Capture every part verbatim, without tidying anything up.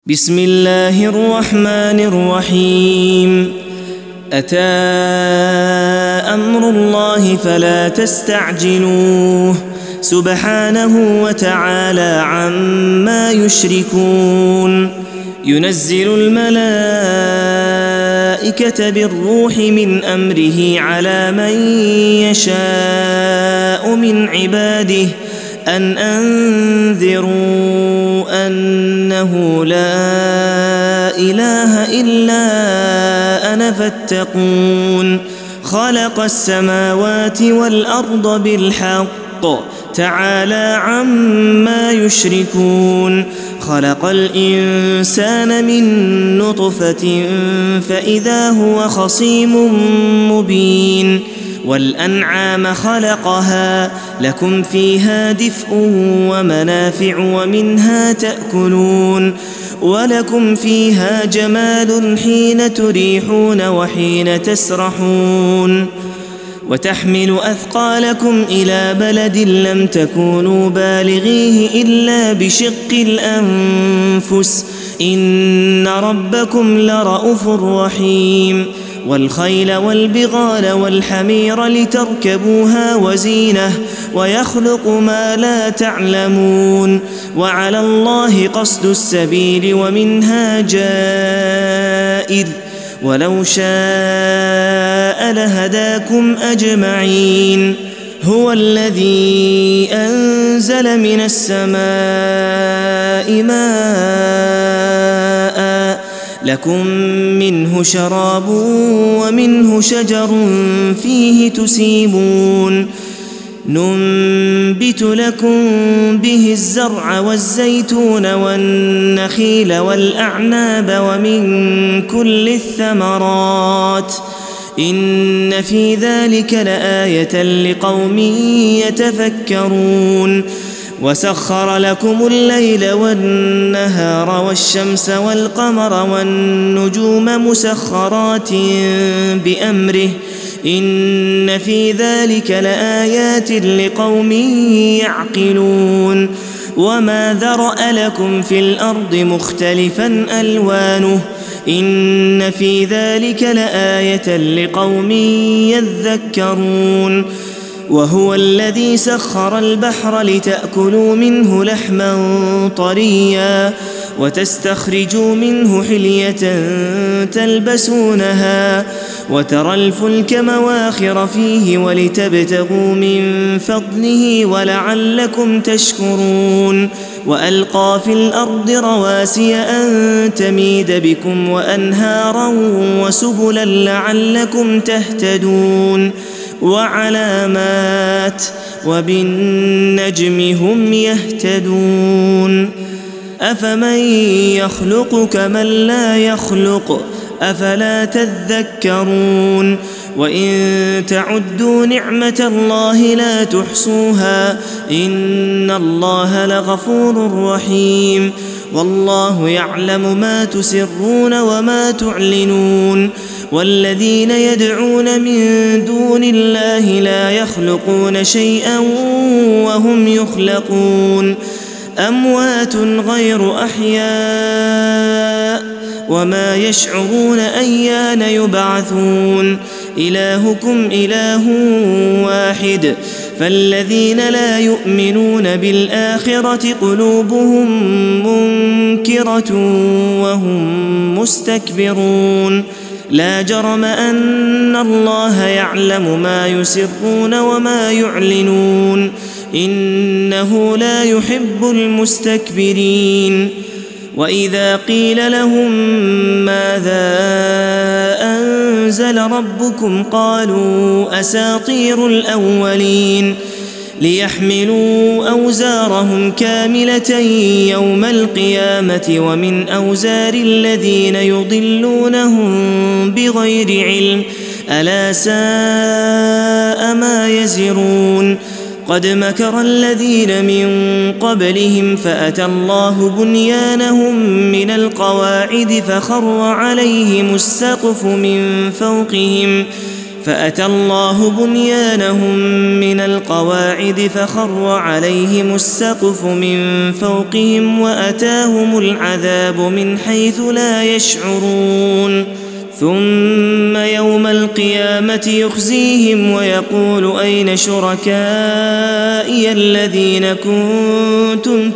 بسم الله الرحمن الرحيم. أتى أمر الله فلا تستعجلوه سبحانه وتعالى عما يشركون. ينزل الملائكة بالروح من أمره على من يشاء من عباده أن أنذروا أنه لا إله إلا أنا فاتقون. خلق السماوات والأرض بالحق تعالى عما يشركون. خلق الإنسان من نطفة فإذا هو خصيم مبين. والأنعام خلقها لكم فيها دفء ومنافع ومنها تأكلون ولكم فيها جمال حين تريحون وحين تسرحون. وتحمل أثقالكم إلى بلد لم تكونوا بالغيه إلا بشق الأنفس إن ربكم لرءوف رحيم. والخيل والبغال والحمير لتركبوها وزينة ويخلق ما لا تعلمون. وعلى الله قصد السبيل ومنها جائر ولو شاء لهداكم أجمعين. هو الذي أنزل من السماء ماء لكم منه شراب ومنه شجر فيه تسيمون. ننبت لكم به الزرع والزيتون والنخيل والأعناب ومن كل الثمرات إن في ذلك لآية لقوم يتفكرون. وسخر لكم الليل والنهار والشمس والقمر والنجوم مسخرات بأمره إن في ذلك لآيات لقوم يعقلون. وما ذرأ لكم في الأرض مختلفا ألوانه إن في ذلك لآية لقوم يذكرون. وهو الذي سخر البحر لتأكلوا منه لحما طريا وتستخرجوا منه حلية تلبسونها وترى الفلك مواخر فيه ولتبتغوا من فضله ولعلكم تشكرون. وألقى في الأرض رواسي أن تميد بكم وأنهارا وسبلا لعلكم تهتدون. وعلامات وبالنجم هم يهتدون. أفمن يخلق كمن لا يخلق أفلا تذكرون. وإن تعدوا نعمة الله لا تحصوها إن الله لغفور رحيم. والله يعلم ما تسرون وما تعلنون. والذين يدعون من دون الله لا يخلقون شيئا وهم يخلقون أموات غير أحياء وما يشعرون أيان يبعثون. إلهكم إله واحد فالذين لا يؤمنون بالآخرة قلوبهم منكرة وهم مستكبرون. لا جرم أن الله يعلم ما يسرون وما يعلنون إنه لا يحب المستكبرين. وإذا قيل لهم ماذا أنزل ربكم قالوا أساطير الأولين ليحملوا أوزارهم كاملة يوم القيامة ومن أوزار الذين يضلونهم بغير علم ألا ساء ما يزرون. قد مكر الذين من قبلهم فأتى الله بنيانهم من القواعد فخر عليهم السقف من فوقهم فأتى الله بنيانهم من القواعد فخر عليهم السقف من فوقهم وأتاهم العذاب من حيث لا يشعرون ثم يوم القيامة يخزيهم ويقول أين شركائي الذين كنتم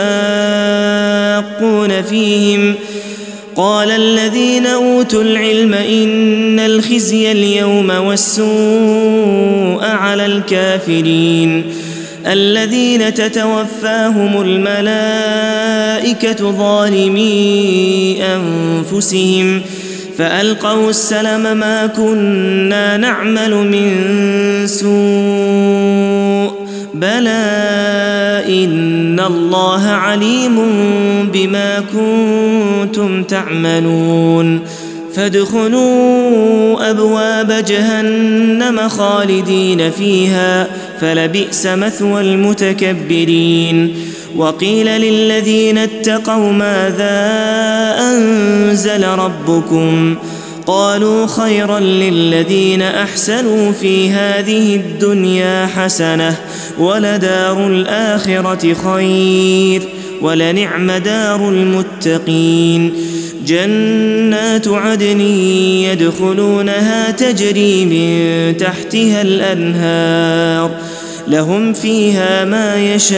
تشاقون فيهم قال الذين أوتوا العلم إن الخزي اليوم والسوء على الكافرين الذين تتوفاهم الملائكة ظالمي أنفسهم فألقوا السلم ما كنا نعمل من سوء بلى إن الله عليم بما كنتم تعملون فادخلوا أبواب جهنم خالدين فيها فلبئس مثوى المتكبرين وقيل للذين اتقوا ماذا أنزل ربكم قالوا خيرا للذين أحسنوا في هذه الدنيا حسنة ولدار الآخرة خير ولنعم دار المتقين جنات عدن يدخلونها تجري من تحتها الأنهار لهم فيها ما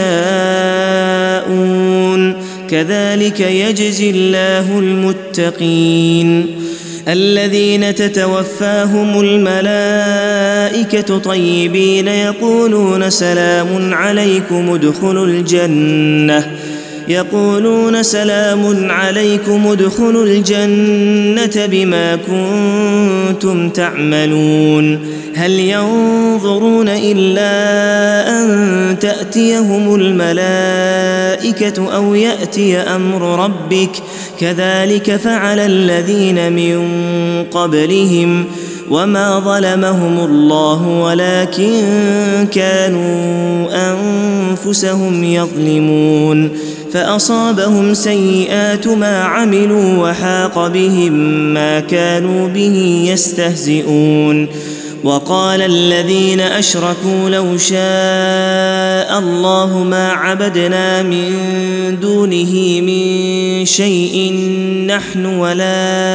يشاءون كذلك يجزي الله المتقين الذين تتوفاهم الملائكة طيبين يقولون سلام عليكم ادخلوا الجنة يقولون سلام عليكم ادخلوا الجنة بما كنتم تعملون هل ينظرون إلا أن تأتيهم الملائكة أو يأتي أمر ربك كذلك فعل الذين من قبلهم وما ظلمهم الله ولكن كانوا أنفسهم يظلمون فأصابهم سيئات ما عملوا وحاق بهم ما كانوا به يستهزئون وقال الذين أشركوا لو شاء الله ما عبدنا من دونه من شيء نحن ولا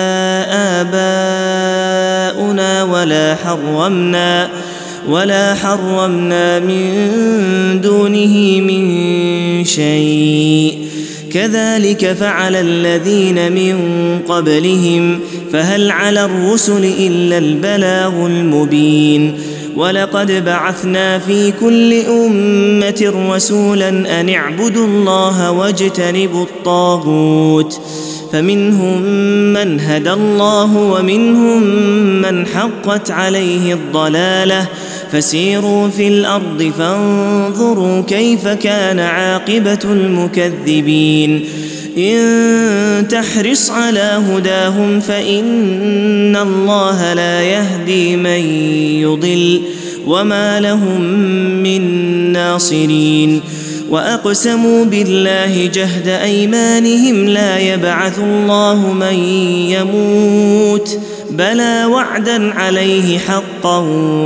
آباؤنا ولا حرمنا ولا حرمنا من دونه من شيء كذلك فعل الذين من قبلهم فهل على الرسل إلا البلاغ المبين ولقد بعثنا في كل أمة رسولا أن اعبدوا الله واجتنبوا الطاغوت فمنهم من هدى الله ومنهم من حقت عليه الضلالة فسيروا في الأرض فانظروا كيف كان عاقبة المكذبين إن تحرص على هداهم فإن الله لا يهدي من يضل وما لهم من ناصرين وأقسموا بالله جهد أيمانهم لا يبعث الله من يموت بلى وعدا عليه حقا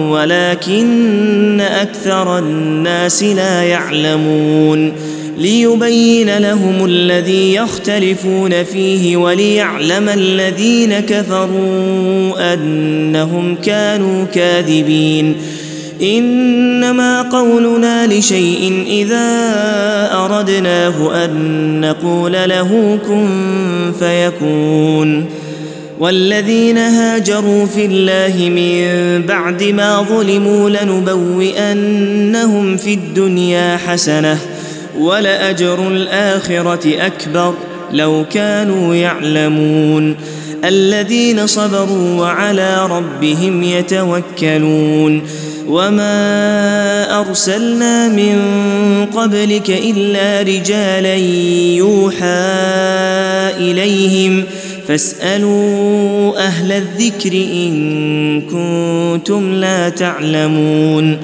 ولكن أكثر الناس لا يعلمون ليبين لهم الذي يختلفون فيه وليعلم الذين كفروا أنهم كانوا كاذبين إنما قولنا لشيء إذا أردناه أن نقول له كن فيكون والذين هاجروا في الله من بعد ما ظلموا لنبوئنهم في الدنيا حسنة ولأجر الآخرة أكبر لو كانوا يعلمون الذين صبروا وعلى ربهم يتوكلون وما أرسلنا من قبلك إلا رجالا يوحى إليهم فاسألوا أهل الذكر إن كنتم لا تعلمون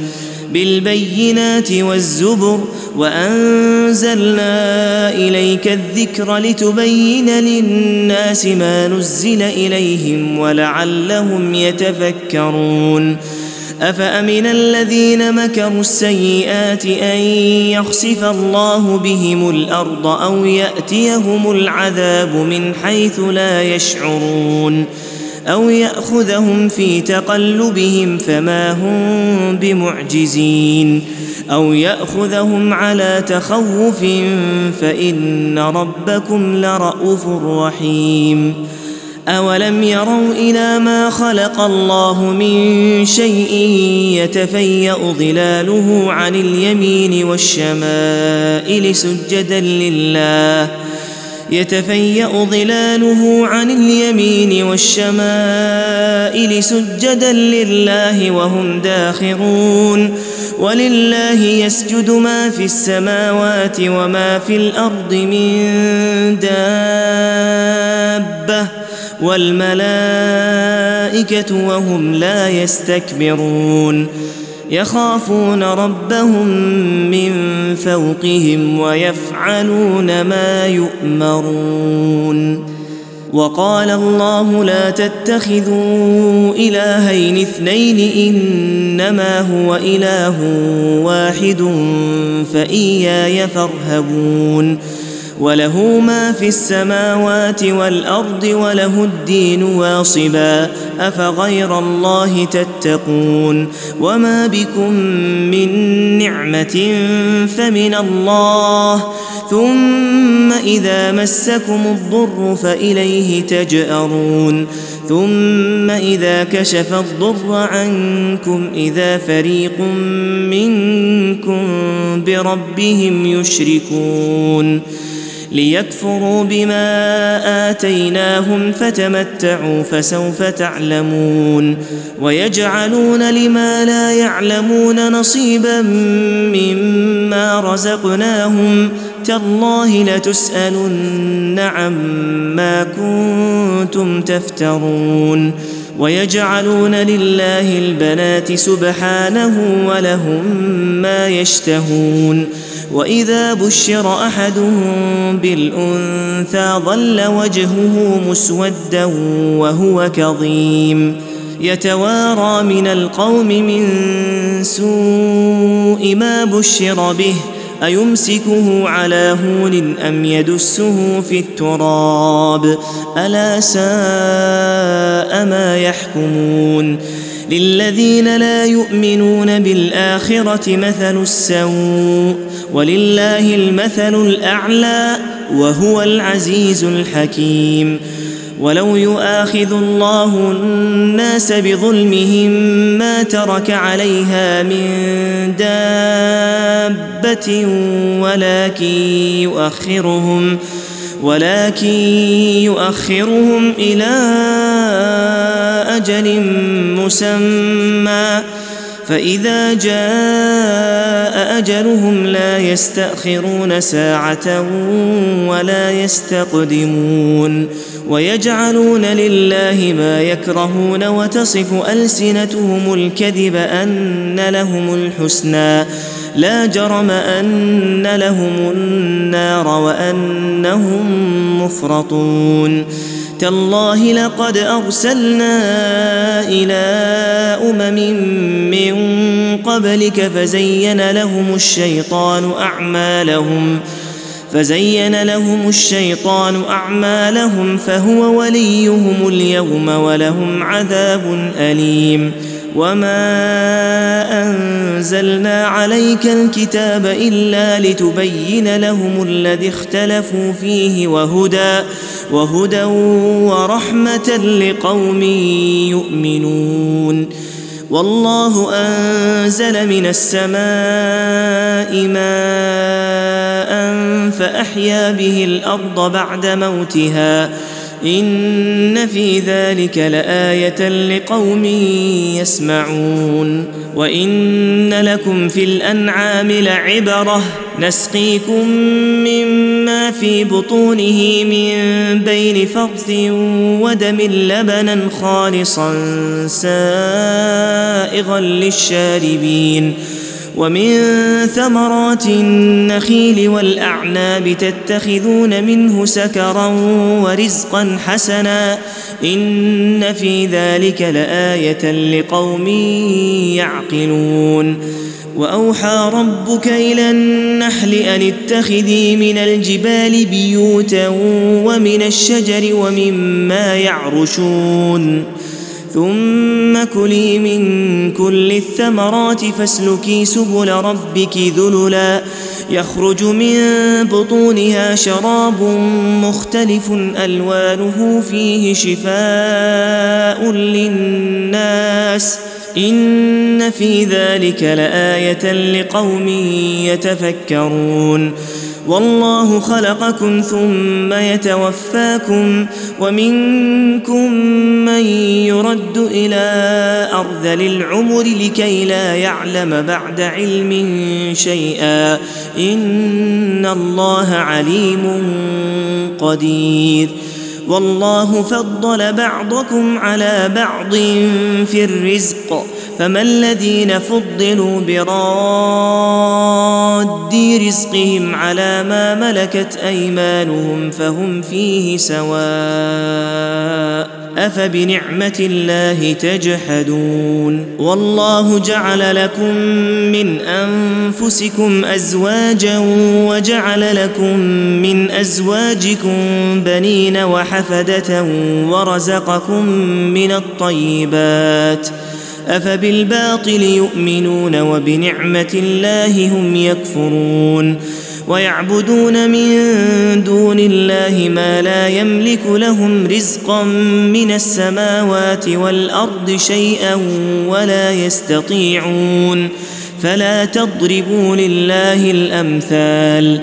بالبينات والزبر وأنزلنا إليك الذكر لتبين للناس ما نزل إليهم ولعلهم يتفكرون أفأمن الذين مكروا السيئات أن يخسف الله بهم الأرض أو يأتيهم العذاب من حيث لا يشعرون أو يأخذهم في تقلبهم فما هم بمعجزين أو يأخذهم على تخوف فإن ربكم لرءوف رحيم أولم يروا إلى ما خلق الله من شيء يتفيأ ظلاله عن اليمين والشمائل سجدا لله يتفيأ ظلاله عن اليمين والشمائل سجدا لله وهم داخرون ولله يسجد ما في السماوات وما في الأرض من دابة والملائكة وهم لا يستكبرون يخافون ربهم من فوقهم ويفعلون ما يؤمرون وقال الله لا تتخذوا إلهين اثنين إنما هو إله واحد فإياي فارهبون وله ما في السماوات والأرض وله الدين واصبا أفغير الله تتقون وما بكم من نعمة فمن الله ثم إذا مسكم الضر فإليه تجأرون ثم إذا كشف الضر عنكم إذا فريق منكم بربهم يشركون ليكفروا بما آتيناهم فتمتعوا فسوف تعلمون ويجعلون لما لا يعلمون نصيبا مما رزقناهم تالله لتسألن عما كنتم تفترون ويجعلون لله البنات سبحانه ولهم ما يشتهون وإذا بشر أحدهم بالأنثى ظل وجهه مسودا وهو كظيم يتوارى من القوم من سوء ما بشر به أيمسكه على هون أم يدسه في التراب ألا ساء ما يحكمون للذين لا يؤمنون بالآخرة مثل السوء ولله المثل الأعلى وهو العزيز الحكيم ولو يؤاخذ الله الناس بظلمهم ما ترك عليها من دابة ولكن يؤخرهم ولكن يؤخرهم إلى أجل مسمى فإذا جاء أجلهم لا يستأخرون ساعة ولا يستقدمون ويجعلون لله ما يكرهون وتصف ألسنتهم الكذب أن لهم الحسنى لا جرم أن لهم النار وأنهم مفرطون تالله لقد أرسلنا إلى أمم من قبلك فزين لهم الشيطان أعمالهم فزين لهم الشيطان أعمالهم فهو وليهم اليوم ولهم عذاب أليم وما أنزلنا عليك الكتاب إلا لتبين لهم الذي اختلفوا فيه وهدى وهدى ورحمة لقوم يؤمنون والله أنزل من السماء ماء فأحيا به الأرض بعد موتها إن في ذلك لآية لقوم يسمعون وإن لكم في الأنعام لعبرة نسقيكم مما في بطونه من بين فرث ودم لبنا خالصا سائغا للشاربين ومن ثمرات النخيل والأعناب تتخذون منه سكرا ورزقا حسنا إن في ذلك لآية لقوم يعقلون وأوحى ربك إلى النحل أن اتخذي من الجبال بيوتا ومن الشجر ومما يعرشون ثم كلي من كل الثمرات فاسلكي سبل ربك ذللا يخرج من بطونها شراب مختلف ألوانه فيه شفاء للناس إن في ذلك لآية لقوم يتفكرون والله خلقكم ثم يتوفاكم ومنكم من يرد إلى أرذل العمر لكي لا يعلم بعد علم شيئا إن الله عليم قدير والله فضل بعضكم على بعض في الرزق فما الذين فضلوا براد رزقهم على ما ملكت أيمانهم فهم فيه سواء أفبنعمة الله تجحدون والله جعل لكم من أنفسكم أزواجا وجعل لكم من أزواجكم بنين وحفدة ورزقكم من الطيبات أفبالباطل يؤمنون وبنعمة الله هم يكفرون ويعبدون من دون الله ما لا يملك لهم رزقا من السماوات والأرض شيئا ولا يستطيعون فلا تضربوا لله الأمثال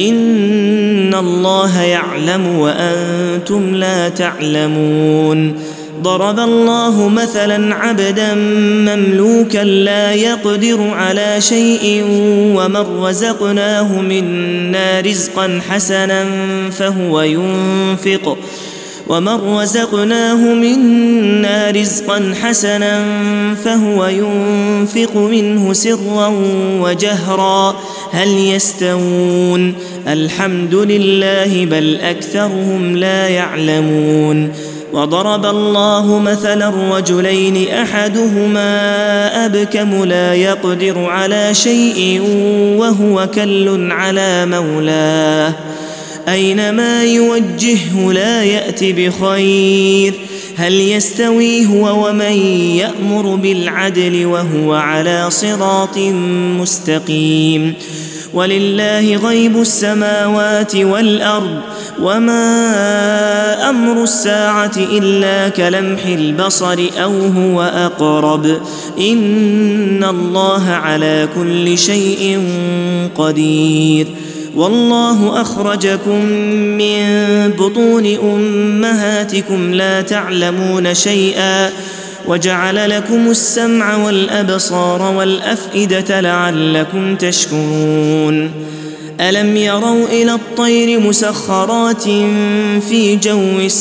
إن الله يعلم وأنتم لا تعلمون ضرب الله مثلا عبدا مملوكا لا يقدر على شيء ومن رزقناه منا رزقا حسنا فهو ينفق ومن رزقناه منا رزقا حسنا فهو ينفق منه سرا وجهرا هل يستوون الحمد لله بل أكثرهم لا يعلمون وضرب الله مثلا رجلين أحدهما أبكم لا يقدر على شيء وهو كل على مولاه أينما يوجهه لا يأت بخير هل يستوي هو ومن يأمر بالعدل وهو على صراط مستقيم ولله غيب السماوات والأرض وما أمر الساعة إلا كلمح البصر أو هو أقرب إن الله على كل شيء قدير والله أخرجكم من بطون أمهاتكم لا تعلمون شيئا وجعل لكم السمع والأبصار والأفئدة لعلكم تشكرون ألم يروا إلى الطير مسخرات في جو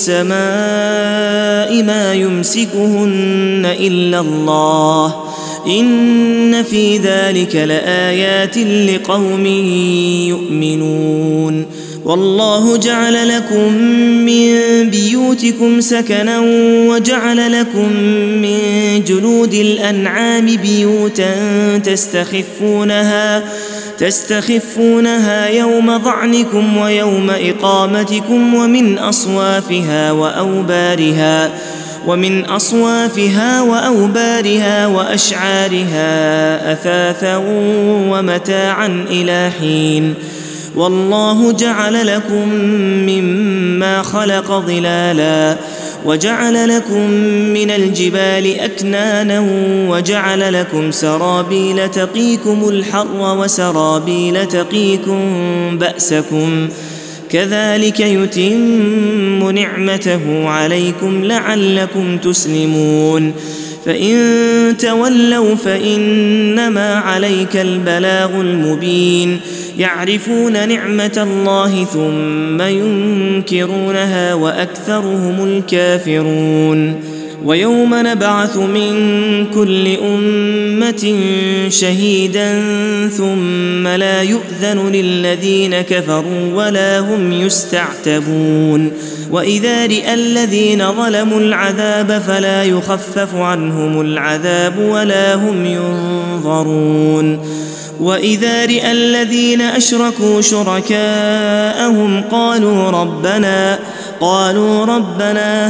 السماء ما يمسكهن إلا الله إن في ذلك لآيات لقوم يؤمنون والله جعل لكم من بيوتكم سكنا وجعل لكم من جلود الأنعام بيوتا تستخفونها تستخفونها يوم ظعنكم ويوم إقامتكم ومن أصوافها وأوبارها ومن أصوافها وأوبارها وأشعارها أثاثا ومتاعا إلى حين والله جعل لكم مما خلق ظلالا وجعل لكم من الجبال أكنانا وجعل لكم سرابيل تقيكم الحر وسرابيل تقيكم بأسكم كذلك يتم نعمته عليكم لعلكم تسلمون فإن تولوا فإنما عليك البلاغ المبين يعرفون نعمة الله ثم ينكرونها وأكثرهم الكافرون ويوم نبعث من كل أمة شهيدا ثم لا يؤذن للذين كفروا ولا هم يستعتبون وإذا رأى الذين ظلموا العذاب فلا يخفف عنهم العذاب ولا هم ينظرون وإذا رأى الذين أشركوا شركاءهم قالوا ربنا قالوا ربنا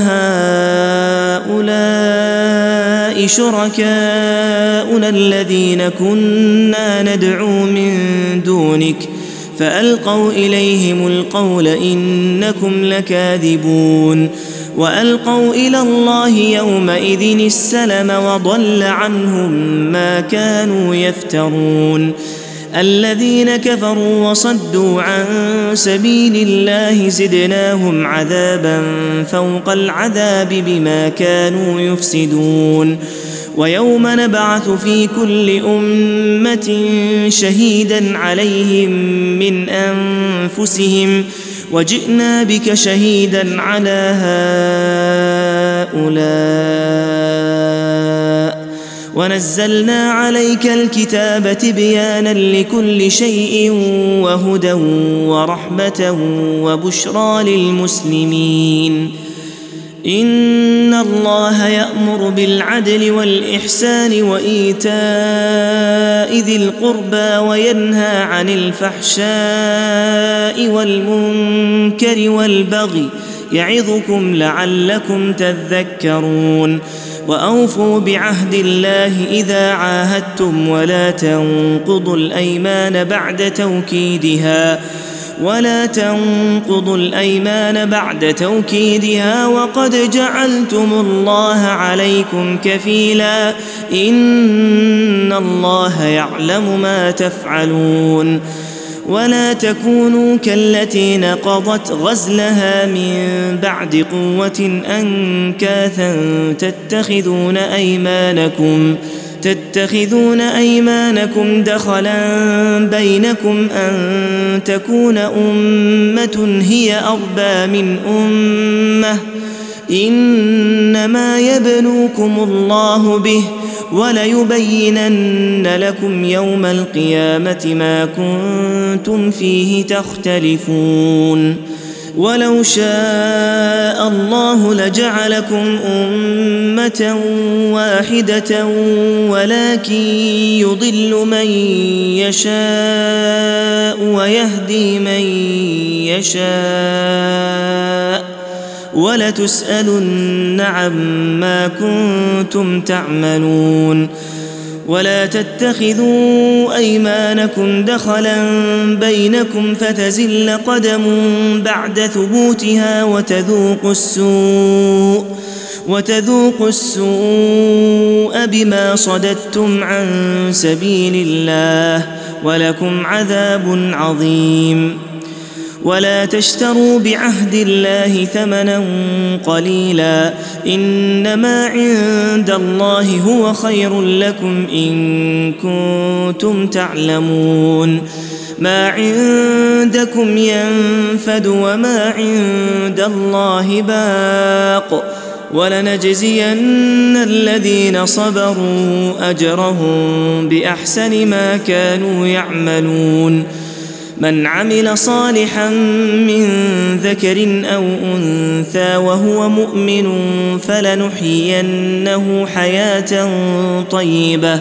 هؤلاء شركاؤنا الذين كنا ندعو من دونك فألقوا إليهم القول إنكم لكاذبون وألقوا إلى الله يومئذ السلم وضل عنهم ما كانوا يفترون الذين كفروا وصدوا عن سبيل الله زدناهم عذابا فوق العذاب بما كانوا يفسدون ويوم نبعث في كل أمة شهيدا عليهم من أنفسهم وجئنا بك شهيدا على هؤلاء ونزلنا عليك الكتاب تبيانا لكل شيء وهدى ورحمة وبشرى للمسلمين إن الله يأمر بالعدل والإحسان وإيتاء ذي القربى وينهى عن الفحشاء والمنكر والبغي يعظكم لعلكم تذكرون وأوفوا بعهد الله إذا عاهدتم ولا تنقضوا الأيمان بعد توكيدها ولا تنقضوا الأيمان بعد توكيدها وقد جعلتم الله عليكم كفيلا إن الله يعلم ما تفعلون ولا تكونوا كالتي نقضت غزلها من بعد قوة أنكاثا تتخذون أيمانكم تتخذون أيمانكم دخلا بينكم أن تكون أمة هي أربى من أمة إنما يبلوكم الله به وليبينن لكم يوم القيامة ما كنتم فيه تختلفون ولو شاء الله لجعلكم أمة واحدة ولكن يضل من يشاء ويهدي من يشاء ولتسألن عما كنتم تعملون ولا تتخذوا أيمانكم دخلا بينكم فتزل قدم بعد ثبوتها وتذوقوا السوء وتذوقوا السوء بما صددتم عن سبيل الله ولكم عذاب عظيم ولا تشتروا بعهد الله ثمنا قليلا إنما عند الله هو خير لكم إن كنتم تعلمون ما عندكم ينفد وما عند الله باق ولنجزين الذين صبروا أجرهم بأحسن ما كانوا يعملون من عمل صالحا من ذكر أو أنثى وهو مؤمن فلنحيينه حياة طيبة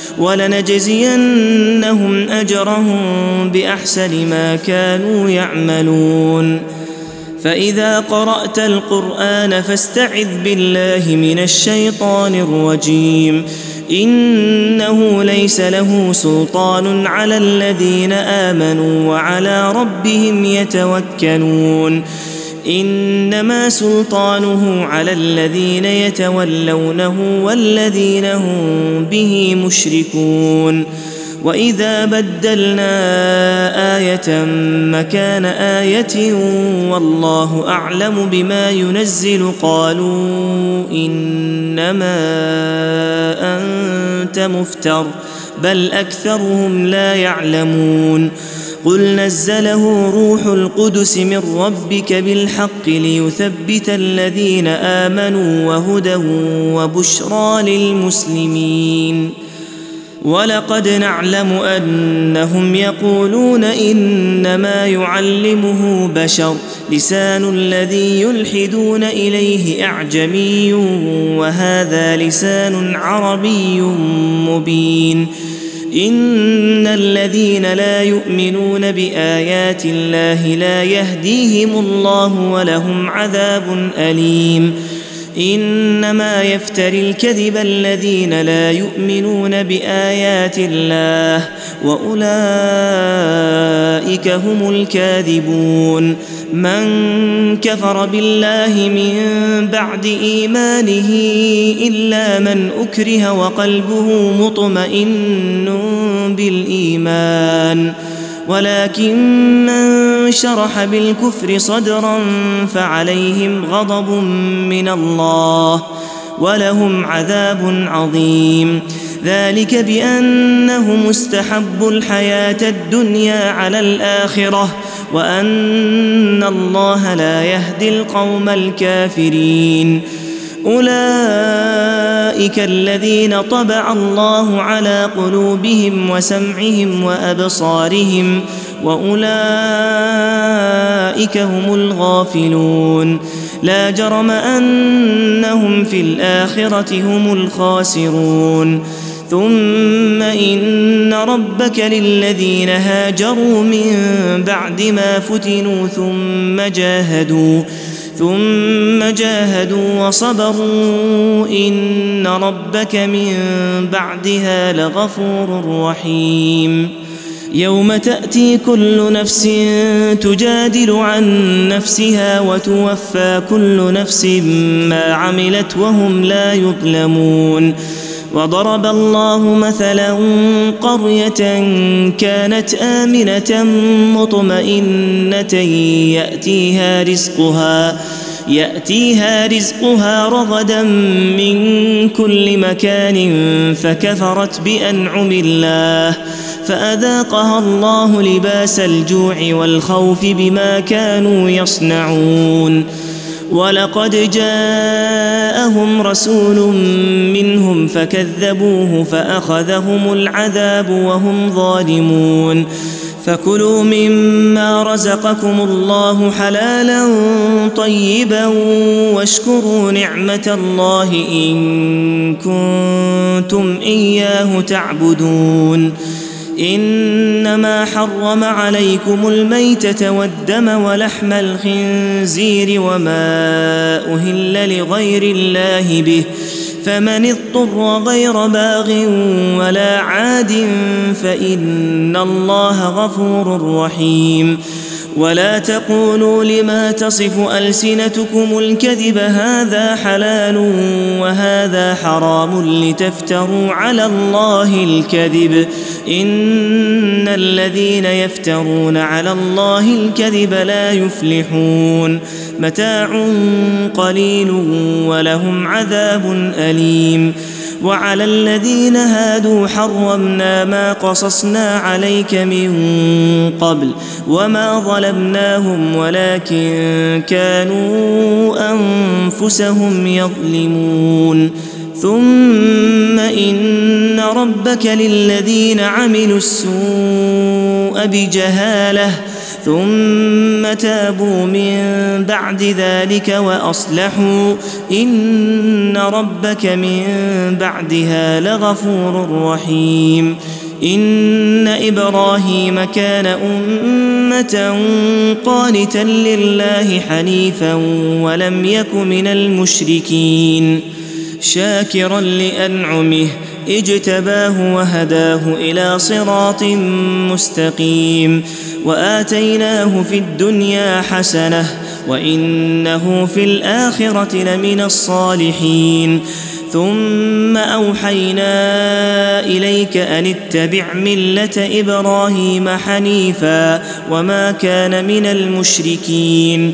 ولنجزينهم أجرهم بأحسن ما كانوا يعملون فإذا قرأت القرآن فاستعذ بالله من الشيطان الرجيم إنه ليس له سلطان على الذين آمنوا وعلى ربهم يتوكلون إنما سلطانه على الذين يتولونه والذين هم به مشركون وإذا بدلنا آية مكان آية والله أعلم بما ينزل قالوا إنما أنت مفتر بل أكثرهم لا يعلمون قل نزله روح القدس من ربك بالحق ليثبت الذين آمنوا وهدى وبشرى للمسلمين ولقد نعلم أنهم يقولون إنما يعلمه بشر لسان الذي يلحدون إليه أعجمي وهذا لسان عربي مبين إن الذين لا يؤمنون بآيات الله لا يهديهم الله ولهم عذاب أليم إنما يفتري الكذب الذين لا يؤمنون بآيات الله وأولئك هم الكاذبون من كفر بالله من بعد إيمانه إلا من أكره وقلبه مطمئن بالإيمان ولكن من شرح بالكفر صدرا فعليهم غضب من الله ولهم عذاب عظيم ذلك بأنهم استحبوا الحياة الدنيا على الآخرة وأن الله لا يهدي القوم الكافرين أولئك الذين طبع الله على قلوبهم وسمعهم وأبصارهم وأولئك هم الغافلون لا جرم أنهم في الآخرة هم الخاسرون ثم إن ربك للذين هاجروا من بعد ما فتنوا ثم جاهدوا ثم جاهدوا وصبروا إن ربك من بعدها لغفور رحيم يوم تأتي كل نفس تجادل عن نفسها وتوفى كل نفس ما عملت وهم لا يظلمون وضرب الله مثلا قرية كانت آمنة مطمئنة يأتيها رزقها يأتيها رزقها رغدا من كل مكان فكفرت بأنعم الله فأذاقها الله لباس الجوع والخوف بما كانوا يصنعون ولقد جاءهم رسول منهم فكذبوه فأخذهم العذاب وهم ظالمون فكلوا مما رزقكم الله حلالا طيبا واشكروا نعمة الله إن كنتم إياه تعبدون إنما حرم عليكم الميتة والدم ولحم الخنزير وما أهل لغير الله به فمن اضطر غير باغ ولا عاد فإن الله غفور رحيم ولا تقولوا لما تصف ألسنتكم الكذب هذا حلال وهذا حرام لتفتروا على الله الكذب إن الذين يفترون على الله الكذب لا يفلحون متاع قليل ولهم عذاب أليم وعلى الذين هادوا حرمنا ما قصصنا عليك من قبل وما ظلمناهم ولكن كانوا أنفسهم يظلمون ثم إن ربك للذين عملوا السوء بجهالة ثم تابوا من بعد ذلك وأصلحوا إن ربك من بعدها لغفور رحيم إن إبراهيم كان أمة قانتا لله حنيفا ولم يك من المشركين شاكرا لأنعمه اجتباه وهداه إلى صراط مستقيم وآتيناه في الدنيا حسنة وإنه في الآخرة لمن الصالحين ثم أوحينا إليك أن اتبع ملة إبراهيم حنيفا وما كان من المشركين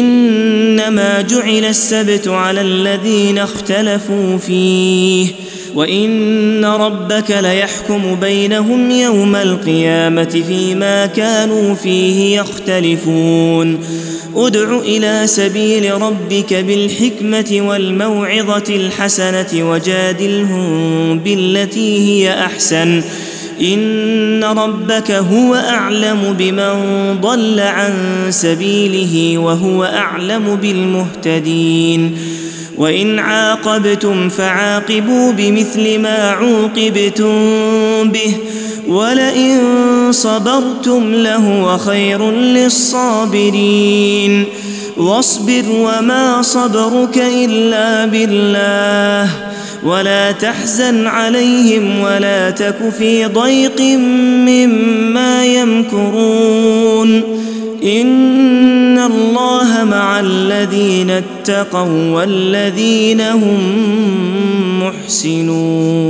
إنما جعل السبت على الذين اختلفوا فيه وإن ربك ليحكم بينهم يوم القيامة فيما كانوا فيه يختلفون ادع إلى سبيل ربك بالحكمة والموعظة الحسنة وجادلهم بالتي هي أحسن إن ربك هو أعلم بمن ضل عن سبيله وهو أعلم بالمهتدين وإن عاقبتم فعاقبوا بمثل ما عوقبتم به ولئن صبرتم لهو خير للصابرين واصبر وما صبرك إلا بالله ولا تحزن عليهم ولا تك في ضيق مما يمكرون إن الله مع الذين اتقوا والذين هم محسنون.